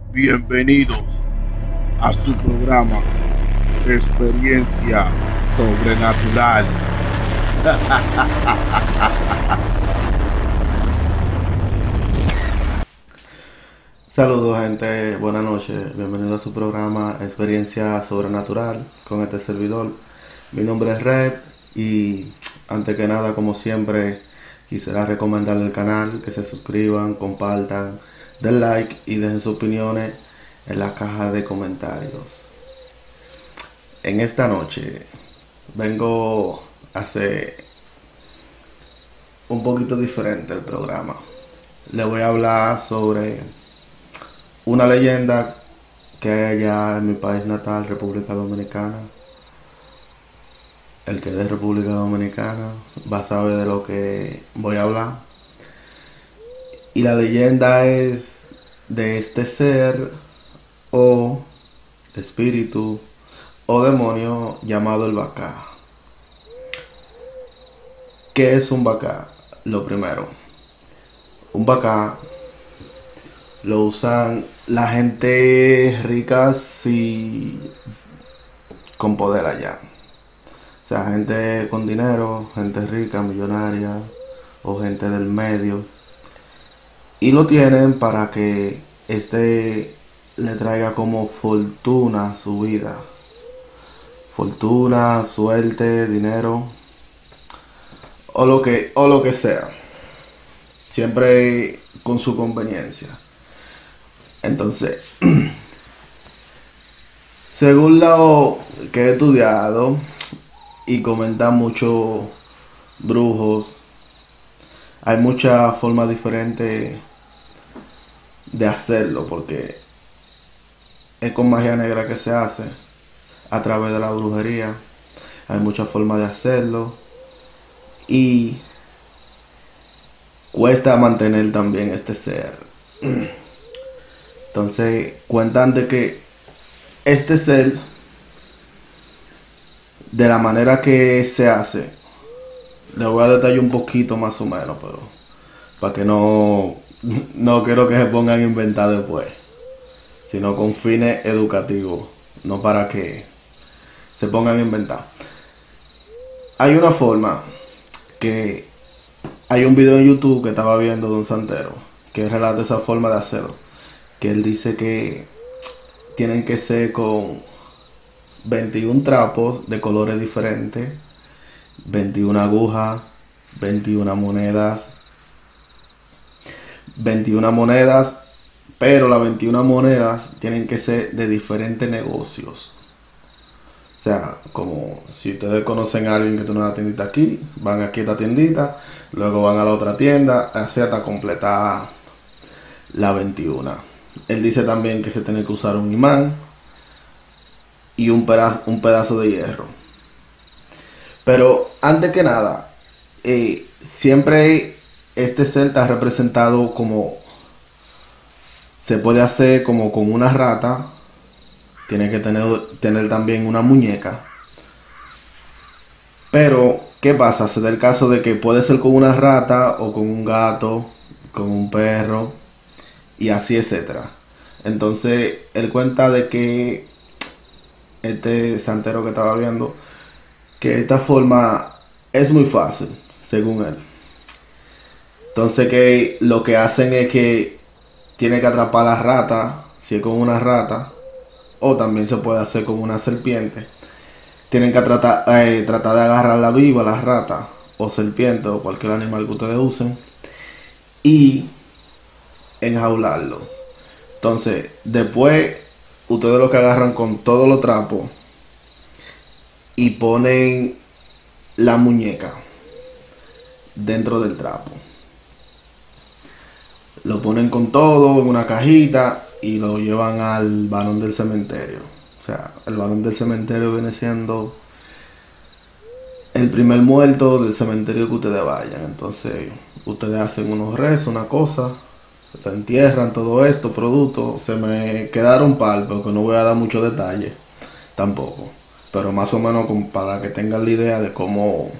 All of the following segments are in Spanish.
Bienvenidos a su programa Experiencia Sobrenatural. Saludos gente, buenas noches, bienvenido a su programa Experiencia Sobrenatural con este servidor. Mi nombre es Red y antes que nada, como siempre, quisiera recomendarle el canal, que se suscriban, compartan, den like y dejen sus opiniones en la caja de comentarios. En esta noche vengo a hacer un poquito diferente el programa. Le voy a hablar sobre una leyenda que hay allá en mi país natal, República Dominicana. El que es de República Dominicana va a saber de lo que voy a hablar. Y la leyenda es de este ser o espíritu o demonio llamado el Bacá. ¿Qué es un Bacá? Lo primero, un Bacá lo usan la gente rica y con poder allá. O sea, gente con dinero, gente rica, millonaria o gente del medio. Y lo tienen para que este le traiga como fortuna a su vida. Fortuna, suerte, dinero o lo que sea. Siempre con su conveniencia. Entonces, según lo que he estudiado y comentan muchos brujos, hay muchas formas diferentes de hacerlo porque es con magia negra que se hace a través de la brujería. Hay muchas formas de hacerlo y cuesta mantener también este ser. Entonces cuentan de que este ser, de la manera que se hace, le voy a detallar un poquito más o menos, pero para que no quiero que se pongan a inventar después, sino con fines educativos, no para que se pongan a inventar. Hay una forma que hay un video en YouTube que estaba viendo de un santero que relata esa forma de hacerlo, que él dice que tienen que ser con 21 trapos de colores diferentes, 21 agujas, 21 monedas, 21 monedas, pero las 21 monedas tienen que ser de diferentes negocios. O sea, como si ustedes conocen a alguien que tiene una tiendita aquí, van aquí a esta tiendita, luego van a la otra tienda, así hasta completar la 21. Él dice también que se tiene que usar un imán y un pedazo de hierro. Pero antes que nada, siempre este ser está representado como, se puede hacer como con una rata, tiene que tener también una muñeca. Pero, ¿qué pasa? Se da el caso de que puede ser con una rata o con un gato, con un perro y así etcétera. Entonces, él cuenta de que este santero que estaba viendo, que esta forma es muy fácil, según él. Entonces que lo que hacen es que tiene que atrapar a la rata, si es con una rata, o también se puede hacer con una serpiente. Tienen que tratar de agarrarla viva, la rata, o serpiente, o cualquier animal que ustedes usen, y enjaularlo. Entonces, después, ustedes lo que agarran con todos los trapos y ponen la muñeca dentro del trapo. Lo ponen con todo en una cajita y lo llevan al varón del cementerio. O sea, el varón del cementerio viene siendo el primer muerto del cementerio que ustedes vayan. Entonces, ustedes hacen unos rezos, una cosa, lo entierran, todo esto, productos. Se me quedaron par, porque no voy a dar muchos detalles tampoco. Pero más o menos para que tengan la idea de cómo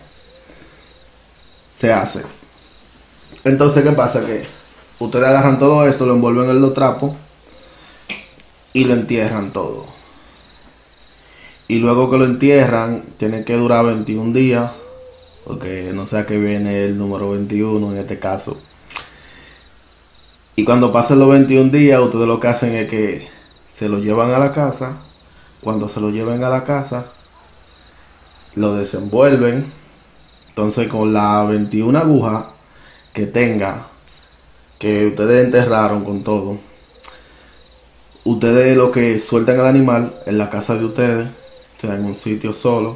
se hace. Entonces, ¿qué pasa? Que ustedes agarran todo esto, lo envuelven en los trapos y lo entierran todo. Y luego que lo entierran, tiene que durar 21 días, porque no sé a qué viene el número 21 en este caso. Y cuando pasen los 21 días, ustedes lo que hacen es que se lo llevan a la casa. Cuando se lo lleven a la casa, lo desenvuelven. Entonces con la 21 agujas que tenga, que ustedes enterraron con todo, ustedes lo que sueltan al animal en la casa de ustedes, o sea, en un sitio solo.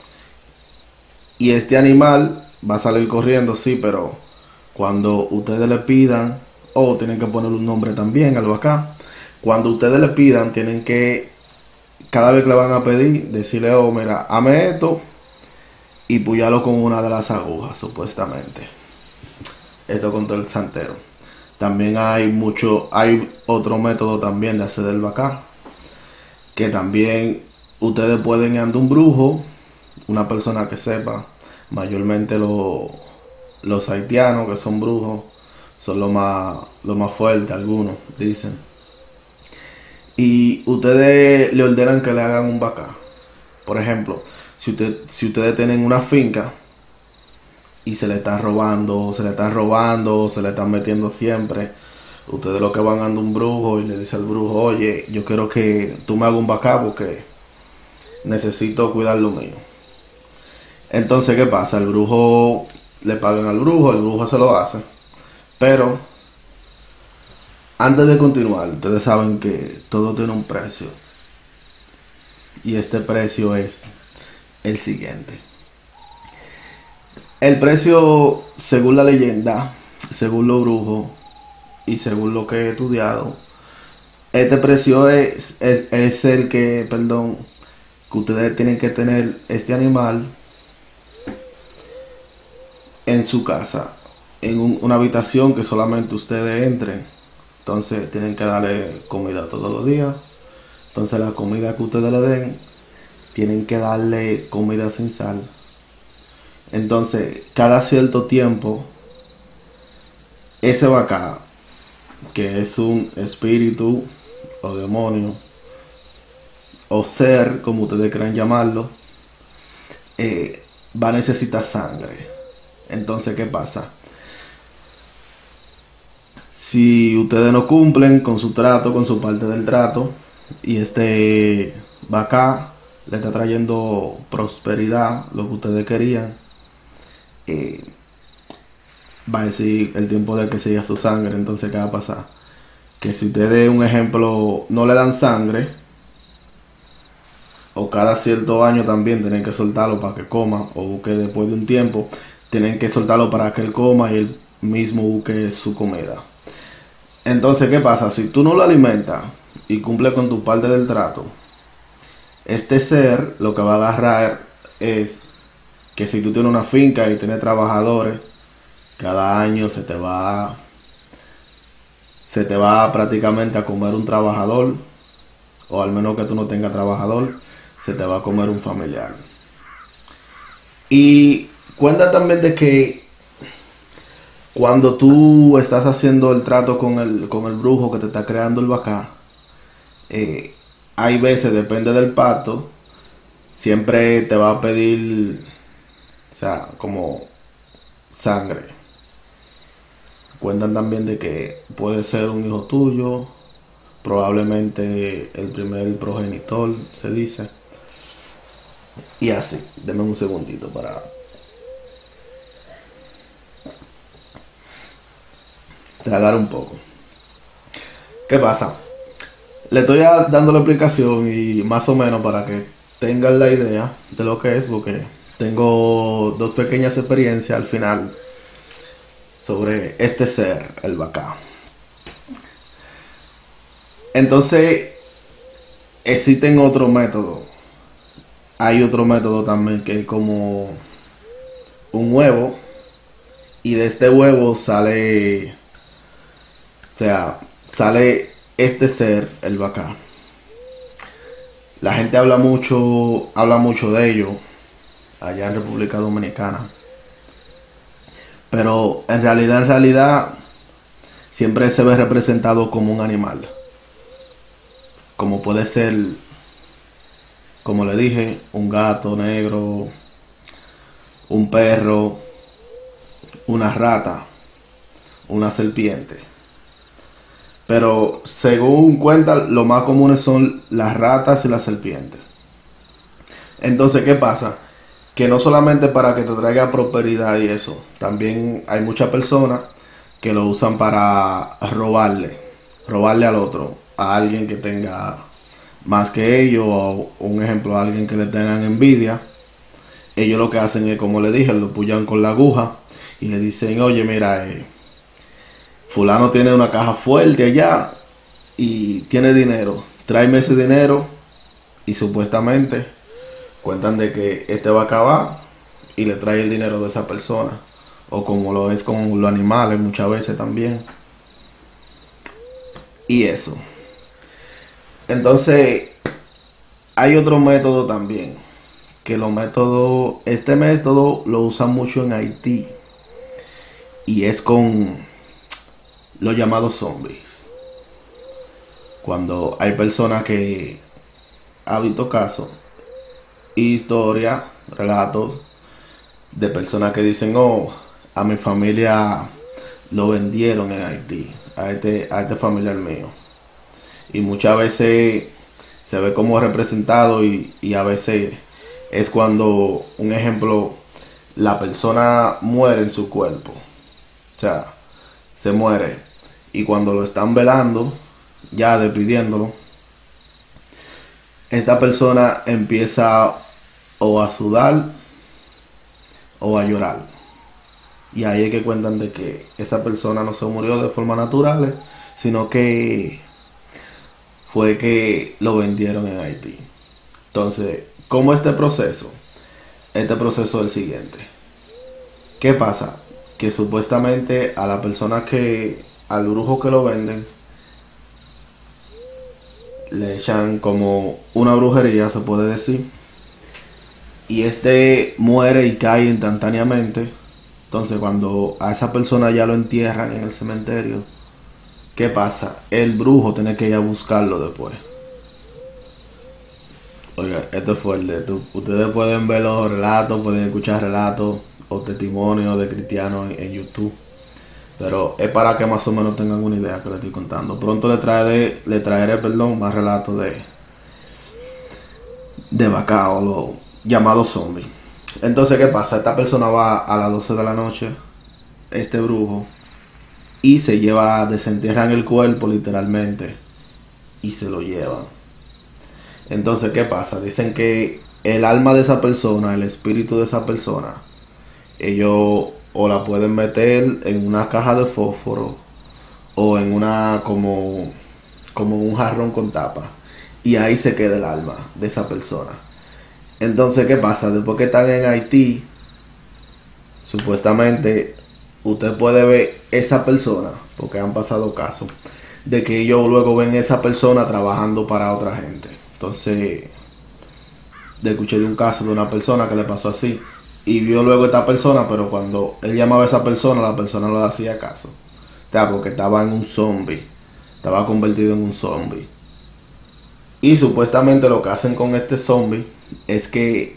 Y este animal va a salir corriendo, sí, pero cuando ustedes le pidan, o tienen que poner un nombre también al vaca. Cuando ustedes le pidan, tienen que, cada vez que le van a pedir, decirle, oh, mira, hame esto, y puyarlo con una de las agujas, supuestamente. Esto con todo el santero. También hay otro método también de hacer el vaca, que también ustedes pueden ir ante un brujo, una persona que sepa. Mayormente los haitianos, que son brujos, son lo más fuerte, algunos dicen. Y ustedes le ordenan que le hagan un vaca. Por ejemplo, si ustedes tienen una finca y se le están robando, se le están metiendo siempre, ustedes lo que van ante un brujo y le dice al brujo, oye, yo quiero que tú me hagas un vaca porque necesito cuidar lo mío. Entonces, ¿qué pasa? El brujo, le pagan al brujo, el brujo se lo hace. Pero antes de continuar, ustedes saben que todo tiene un precio. Y este precio es el siguiente. El precio, según la leyenda, según los brujos y según lo que he estudiado, este precio es el que, que ustedes tienen que tener este animal en su casa, en una habitación que solamente ustedes entren. Entonces tienen que darle comida todos los días. Entonces la comida que ustedes le den, tienen que darle comida sin sal. Entonces cada cierto tiempo, ese vaca, que es un espíritu o demonio o ser, como ustedes quieran llamarlo, va a necesitar sangre. Entonces, ¿qué pasa? Si ustedes no cumplen con su trato, con su parte del trato, y este vaca le está trayendo prosperidad, lo que ustedes querían, va a decir el tiempo de que siga su sangre. Entonces, ¿qué va a pasar? Que si ustedes, un ejemplo, no le dan sangre, o cada cierto año también tienen que soltarlo para que coma, o que después de un tiempo tienen que soltarlo para que él coma y él mismo busque su comida. Entonces, ¿qué pasa? Si tú no lo alimentas y cumple con tu parte del trato, este ser lo que va a agarrar es que si tú tienes una finca y tienes trabajadores, cada año se te va prácticamente a comer un trabajador, o al menos que tú no tengas trabajador, se te va a comer un familiar. Y cuenta también de que cuando tú estás haciendo el trato con el brujo que te está creando el vaca, hay veces, depende del pacto, siempre te va a pedir, o sea, como sangre. Cuentan también de que puede ser un hijo tuyo, probablemente el primer progenitor, se dice. Y así, denme un segundito para tragar un poco. ¿Qué pasa? Le estoy dando la explicación y más o menos para que tengan la idea de lo que es, porque tengo dos pequeñas experiencias al final sobre este ser, el vaca. Entonces, existen otro método. Hay otro método también que es como un huevo, y de este huevo sale, o sea, sale este ser, el vaca. La gente habla mucho de ello allá en República Dominicana, pero en realidad siempre se ve representado como un animal. como puede ser, como le dije, un gato negro, un perro, una rata, una serpiente. Pero según cuentan, lo más comunes son las ratas y las serpientes. Entonces, ¿qué pasa? Que no solamente para que te traiga prosperidad y eso, también hay muchas personas que lo usan para robarle al otro, a alguien que tenga más que ellos, o un ejemplo, a alguien que le tengan envidia. Ellos lo que hacen es, como le dije, lo pullan con la aguja y le dicen, oye, mira, fulano tiene una caja fuerte allá y tiene dinero, tráeme ese dinero, y supuestamente cuentan de que este va a acabar y le trae el dinero de esa persona, o como lo es con los animales muchas veces también, y eso. Entonces hay otro método también, que este método lo usan mucho en Haití, y es con los llamados zombies. Cuando hay personas que ha visto casos, historias, relatos de personas que dicen, oh, a mi familia lo vendieron en Haití, a este familiar mío. Y muchas veces se ve como representado, y a veces es cuando, un ejemplo, la persona muere en su cuerpo. O sea, se muere. Y cuando lo están velando, ya despidiéndolo, esta persona empieza o a sudar o a llorar. Y ahí es que cuentan de que esa persona no se murió de forma natural, sino que fue que lo vendieron en Haití. Entonces, ¿cómo este proceso? Este proceso es el siguiente. ¿Qué pasa? Que supuestamente a la persona al brujo que lo venden, le echan como una brujería, se puede decir, y este muere y cae instantáneamente. Entonces, cuando a esa persona ya lo entierran en el cementerio, ¿qué pasa? El brujo tiene que ir a buscarlo después. Oiga, esto es fuerte. Ustedes pueden ver los relatos, pueden escuchar relatos o testimonios de cristianos en YouTube. Pero es para que más o menos tengan una idea que les estoy contando. Pronto le traeré más relatos de Bacao, los llamados zombies. Entonces, ¿qué pasa? Esta persona va a las 12 de la noche, este brujo, y desentierran el cuerpo literalmente y se lo llevan. Entonces, ¿qué pasa? Dicen que el alma de esa persona, el espíritu de esa persona, ellos o la pueden meter en una caja de fósforo o en una como un jarrón con tapa, y ahí se queda el alma de esa persona. Entonces, ¿qué pasa? Después que están en Haití, supuestamente usted puede ver esa persona, porque han pasado casos de que ellos luego ven esa persona trabajando para otra gente. Entonces, escuché de un caso de una persona que le pasó así, y vio luego a esta persona, pero cuando él llamaba a esa persona, la persona no le hacía caso. O sea, porque estaba en un zombie, estaba convertido en un zombie. Y supuestamente lo que hacen con este zombie es que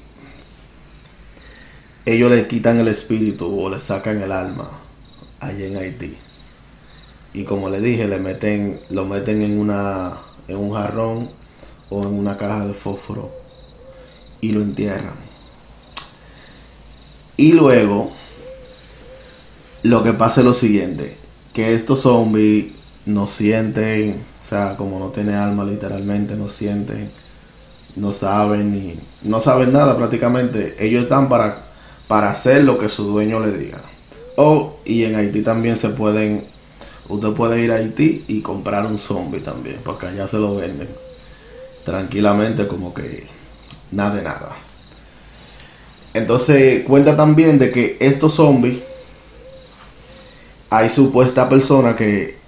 ellos le quitan el espíritu o le sacan el alma allá en Haití. Y como le dije, lo meten en un jarrón o en una caja de fósforo y lo entierran. Y luego lo que pasa es lo siguiente, que estos zombies no sienten, o sea, como no tienen alma literalmente, no sienten, no saben nada prácticamente. Ellos están para hacer lo que su dueño le diga. Y en Haití también usted puede ir a Haití y comprar un zombie también, porque allá se lo venden tranquilamente, como que nada de nada. Entonces cuenta también de que estos zombies, hay supuestas personas que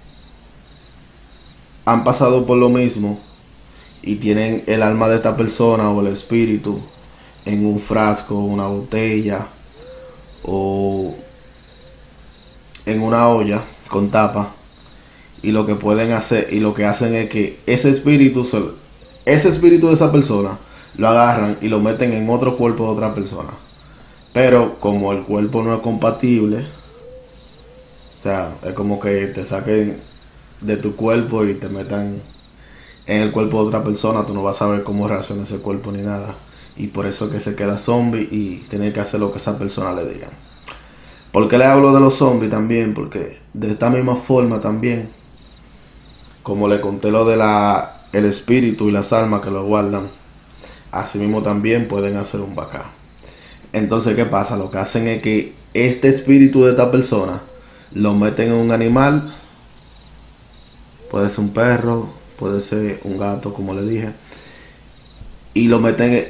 han pasado por lo mismo y tienen el alma de esta persona o el espíritu en un frasco, una botella o en una olla con tapa, Y lo que pueden hacer, y lo que hacen es que ese espíritu de esa persona lo agarran y lo meten en otro cuerpo de otra persona. Pero como el cuerpo no es compatible, o sea, es como que te saquen de tu cuerpo y te metan en el cuerpo de otra persona, tú no vas a saber cómo reacciona ese cuerpo ni nada. Y por eso es que se queda zombie y tiene que hacer lo que esa persona le diga. ¿Por qué le hablo de los zombies también? Porque de esta misma forma también, como le conté lo de el espíritu y las almas que lo guardan, así mismo también pueden hacer un bacá. Entonces, ¿qué pasa? Lo que hacen es que este espíritu de esta persona lo meten en un animal. Puede ser un perro, puede ser un gato, como le dije. Y lo meten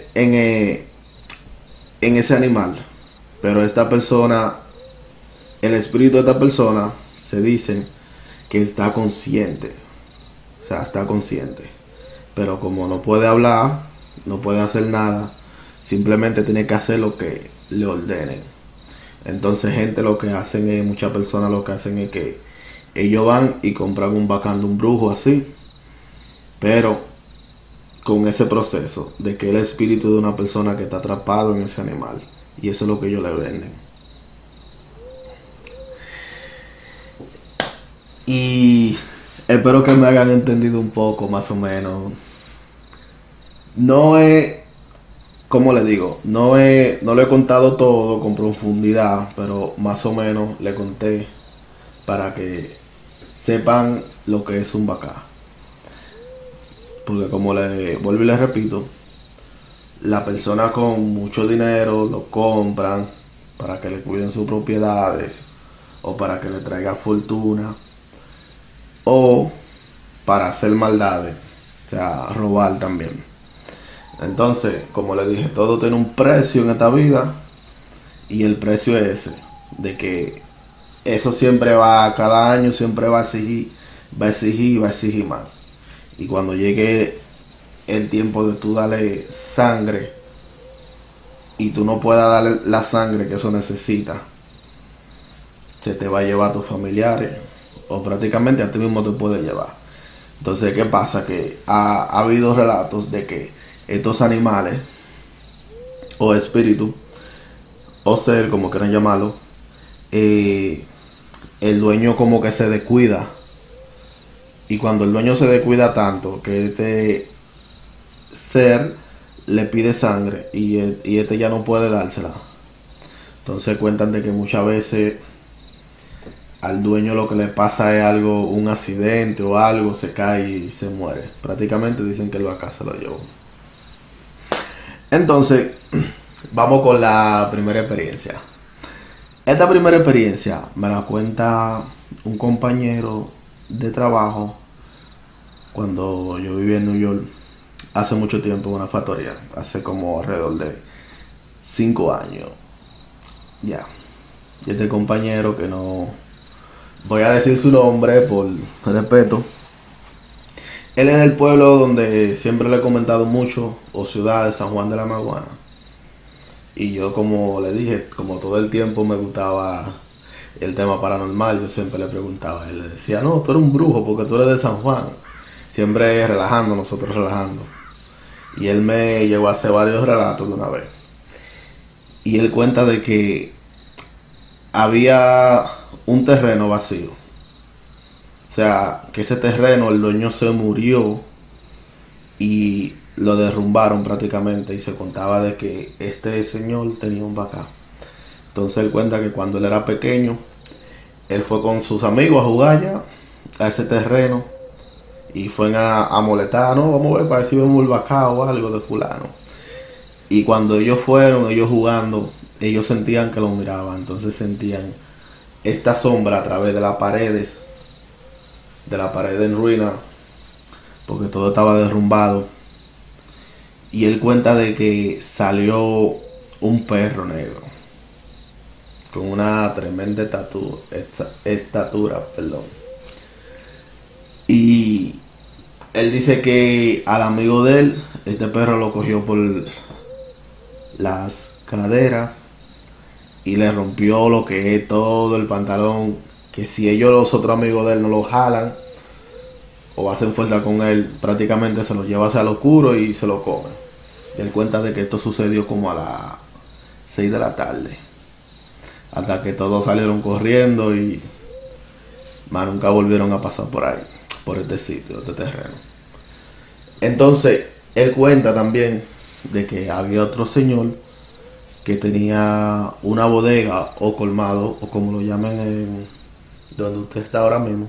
en ese animal. Pero esta persona, el espíritu de esta persona, se dice que está consciente. O sea, está consciente. Pero como no puede hablar, no puede hacer nada, simplemente tiene que hacer lo que le ordenen. Entonces, gente, lo que hacen es, muchas personas lo que hacen es que ellos van y compran un bacán de un brujo así, pero con ese proceso de que el espíritu de una persona que está atrapado en ese animal, y eso es lo que ellos le venden. Y espero que me hayan entendido un poco, más o menos. No es, como le digo, no lo he contado todo con profundidad, pero más o menos le conté para que sepan lo que es un bacá. Porque como le vuelvo y le repito, la persona con mucho dinero lo compran para que le cuiden sus propiedades, o para que le traiga fortuna, o para hacer maldades, o sea, robar también. Entonces, como le dije, todo tiene un precio en esta vida, y el precio es ese, de que eso siempre va, cada año siempre va a exigir, va a exigir, va a exigir más. Y cuando llegue el tiempo de tú darle sangre y tú no puedas darle la sangre que eso necesita, se te va a llevar a tus familiares, o prácticamente a ti mismo te puede llevar. Entonces, ¿qué pasa? Que ha habido relatos de que estos animales, o espíritus, o ser, como quieran llamarlo, el dueño como que se descuida. Y cuando el dueño se descuida tanto, que este ser le pide sangre y este ya no puede dársela. Entonces cuentan de que muchas veces al dueño lo que le pasa es algo, un accidente o algo, se cae y se muere. Prácticamente dicen que el vaca se lo llevó. Entonces, vamos con la primera experiencia. Esta primera experiencia me la cuenta un compañero de trabajo cuando yo vivía en New York hace mucho tiempo en una factoría, hace como alrededor de 5 años ya. Y este compañero, que no voy a decir su nombre por respeto, él es del pueblo donde siempre le he comentado mucho, o ciudad de San Juan de la Maguana. Y yo, como le dije, como todo el tiempo me gustaba el tema paranormal, yo siempre le preguntaba, él le decía, no, tú eres un brujo porque tú eres de San Juan. Siempre relajando, nosotros relajando. Y él me llegó a hacer varios relatos de una vez. Y él cuenta de que había un terreno vacío. O sea, que ese terreno, el dueño se murió y lo derrumbaron prácticamente, y se contaba de que este señor tenía un vaca. Entonces él cuenta que cuando él era pequeño, él fue con sus amigos a jugar ya a ese terreno, y fue a molestar, no, vamos a ver para ver si vemos el vaca o algo de fulano. Y cuando ellos fueron, ellos jugando, ellos sentían que lo miraban. Entonces sentían esta sombra a través de las paredes, de la pared en ruina, porque todo estaba derrumbado. Y él cuenta de que salió un perro negro con una tremenda estatura, perdón. Y él dice que al amigo de él, este perro lo cogió por las caderas y le rompió lo que es todo el pantalón, que si ellos, los otros amigos de él, no lo jalan, o hacen fuerza con él, prácticamente se lo lleva hacia el oscuro y se lo comen. Y él cuenta de que esto sucedió como a las 6 de la tarde, hasta que todos salieron corriendo y más nunca volvieron a pasar por ahí, por este sitio, este terreno. Entonces, él cuenta también de que había otro señor que tenía una bodega o colmado, o como lo llaman en donde usted está ahora mismo.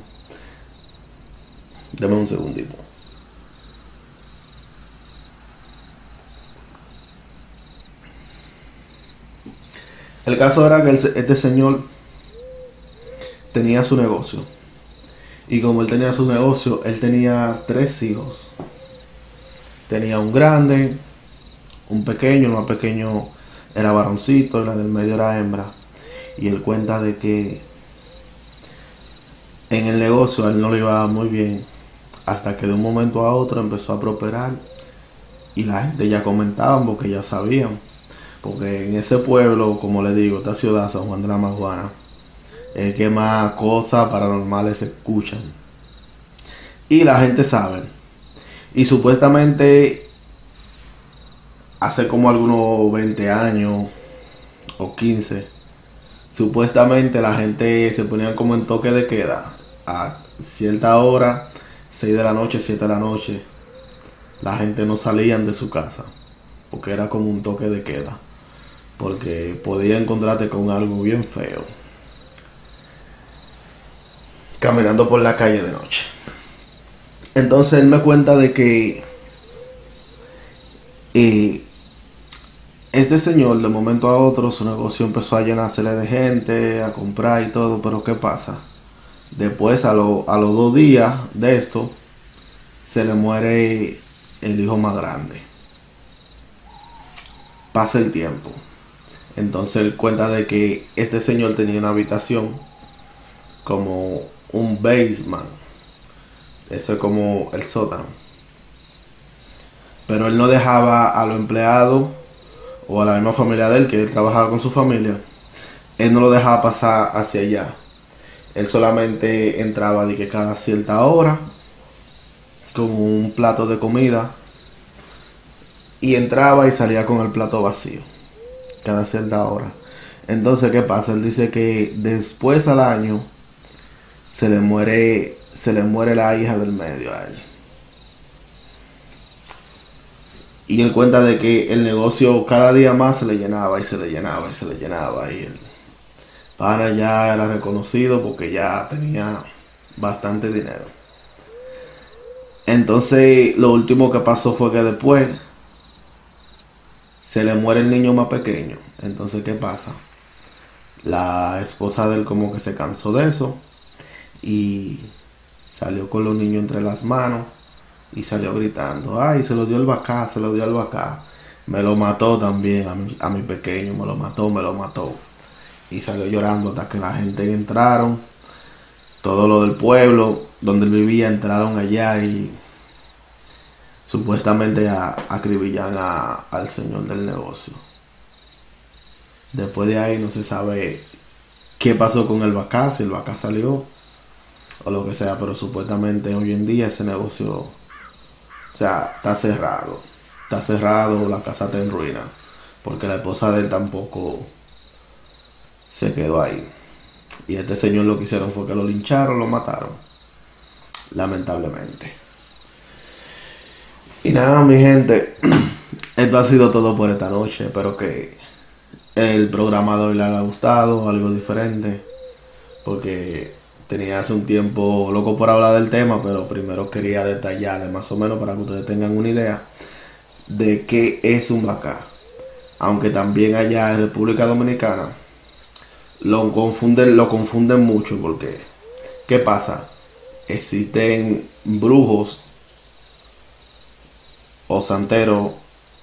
Deme un segundito. El caso era que este señor tenía su negocio. Y como él tenía su negocio, él tenía 3 hijos. Tenía un grande, un pequeño, el más pequeño era varoncito y la del medio era hembra. Y él cuenta de que en el negocio a él no le iba muy bien, hasta que de un momento a otro empezó a prosperar. Y la gente ya comentaban porque ya sabían. Porque en ese pueblo, como le digo, esta ciudad, San Juan de la Maguana, es que más cosas paranormales se escuchan. Y la gente sabe. Y supuestamente hace como algunos 20 años o 15, supuestamente la gente se ponía como en toque de queda. A cierta hora, 6 de la noche, 7 de la noche, la gente no salían de su casa. Porque era como un toque de queda. Porque podía encontrarte con algo bien feo caminando por la calle de noche. Entonces él me cuenta de que este señor de momento a otro su negocio empezó a llenársele de gente, a comprar y todo, pero ¿qué pasa? Después a los 2 días de esto se le muere el hijo más grande. Pasa el tiempo. Entonces él cuenta de que este señor tenía una habitación como un basement. Eso es como el sótano. Pero él no dejaba a los empleados o a la misma familia de él, que él trabajaba con su familia, él no lo dejaba pasar hacia allá. Él solamente entraba de que cada cierta hora con un plato de comida y entraba y salía con el plato vacío cada cierta hora. Entonces, ¿qué pasa? Él dice que después al año se le muere la hija del medio a él. Y él cuenta de que el negocio cada día más se le llenaba y se le llenaba y se le llenaba. Y el pana ya era reconocido porque ya tenía bastante dinero. Entonces, lo último que pasó fue que después se le muere el niño más pequeño. Entonces, ¿qué pasa? La esposa de él como que se cansó de eso y salió con los niños entre las manos y salió gritando: ay, se lo dio el bacá, se lo dio el bacá. Me lo mató también a mi pequeño, me lo mató. Y salió llorando hasta que la gente entraron. Todo lo del pueblo donde él vivía entraron allá y supuestamente acribillan al señor del negocio. Después de ahí no se sabe qué pasó con el bacá, si el bacá salió o lo que sea, pero supuestamente hoy en día ese negocio, o sea, está cerrado, la casa está en ruina, porque la esposa de él tampoco se quedó ahí. Y este señor lo que hicieron fue que lo lincharon, lo mataron, lamentablemente. Y nada, mi gente, esto ha sido todo por esta noche. Espero que el programa de hoy le haya gustado, algo diferente, porque tenía hace un tiempo loco por hablar del tema, pero primero quería detallarle más o menos para que ustedes tengan una idea de qué es un bacá. Aunque también allá en República Dominicana lo confunden mucho, porque ¿qué pasa? Existen brujos o santeros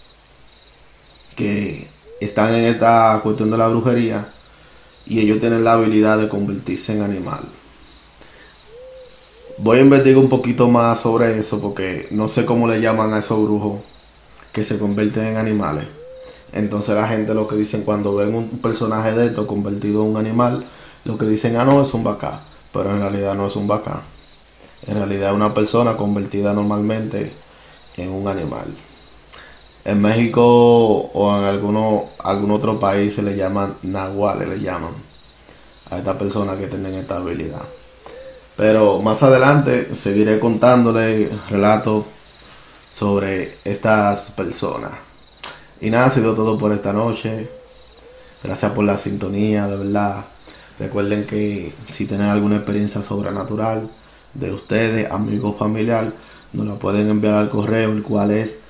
que están en esta cuestión de la brujería y ellos tienen la habilidad de convertirse en animal. Voy a investigar un poquito más sobre eso, porque no sé cómo le llaman a esos brujos que se convierten en animales. Entonces la gente lo que dicen cuando ven un personaje de esto convertido en un animal, lo que dicen: ah, no, es un bacá. Pero en realidad no es un bacá. En realidad es una persona convertida normalmente en un animal. En México o en algún otro país se le llaman nahuales, le llaman a estas personas que tienen esta habilidad. Pero más adelante seguiré contándole relatos sobre estas personas. Y nada, ha sido todo por esta noche. Gracias por la sintonía, de verdad. Recuerden que si tienen alguna experiencia sobrenatural de ustedes, amigos, familiar, nos la pueden enviar al correo, el cual es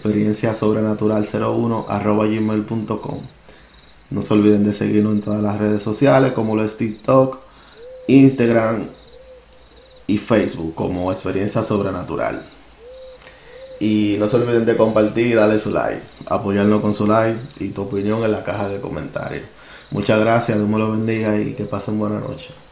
experienciasobrenatural01@gmail.com. No se olviden de seguirnos en todas las redes sociales, como lo es TikTok, Instagram y Facebook, como Experiencia Sobrenatural. Y no se olviden de compartir y darle su like, apoyarnos con su like y tu opinión en la caja de comentarios. Muchas gracias, Dios me lo bendiga y que pasen buena noche.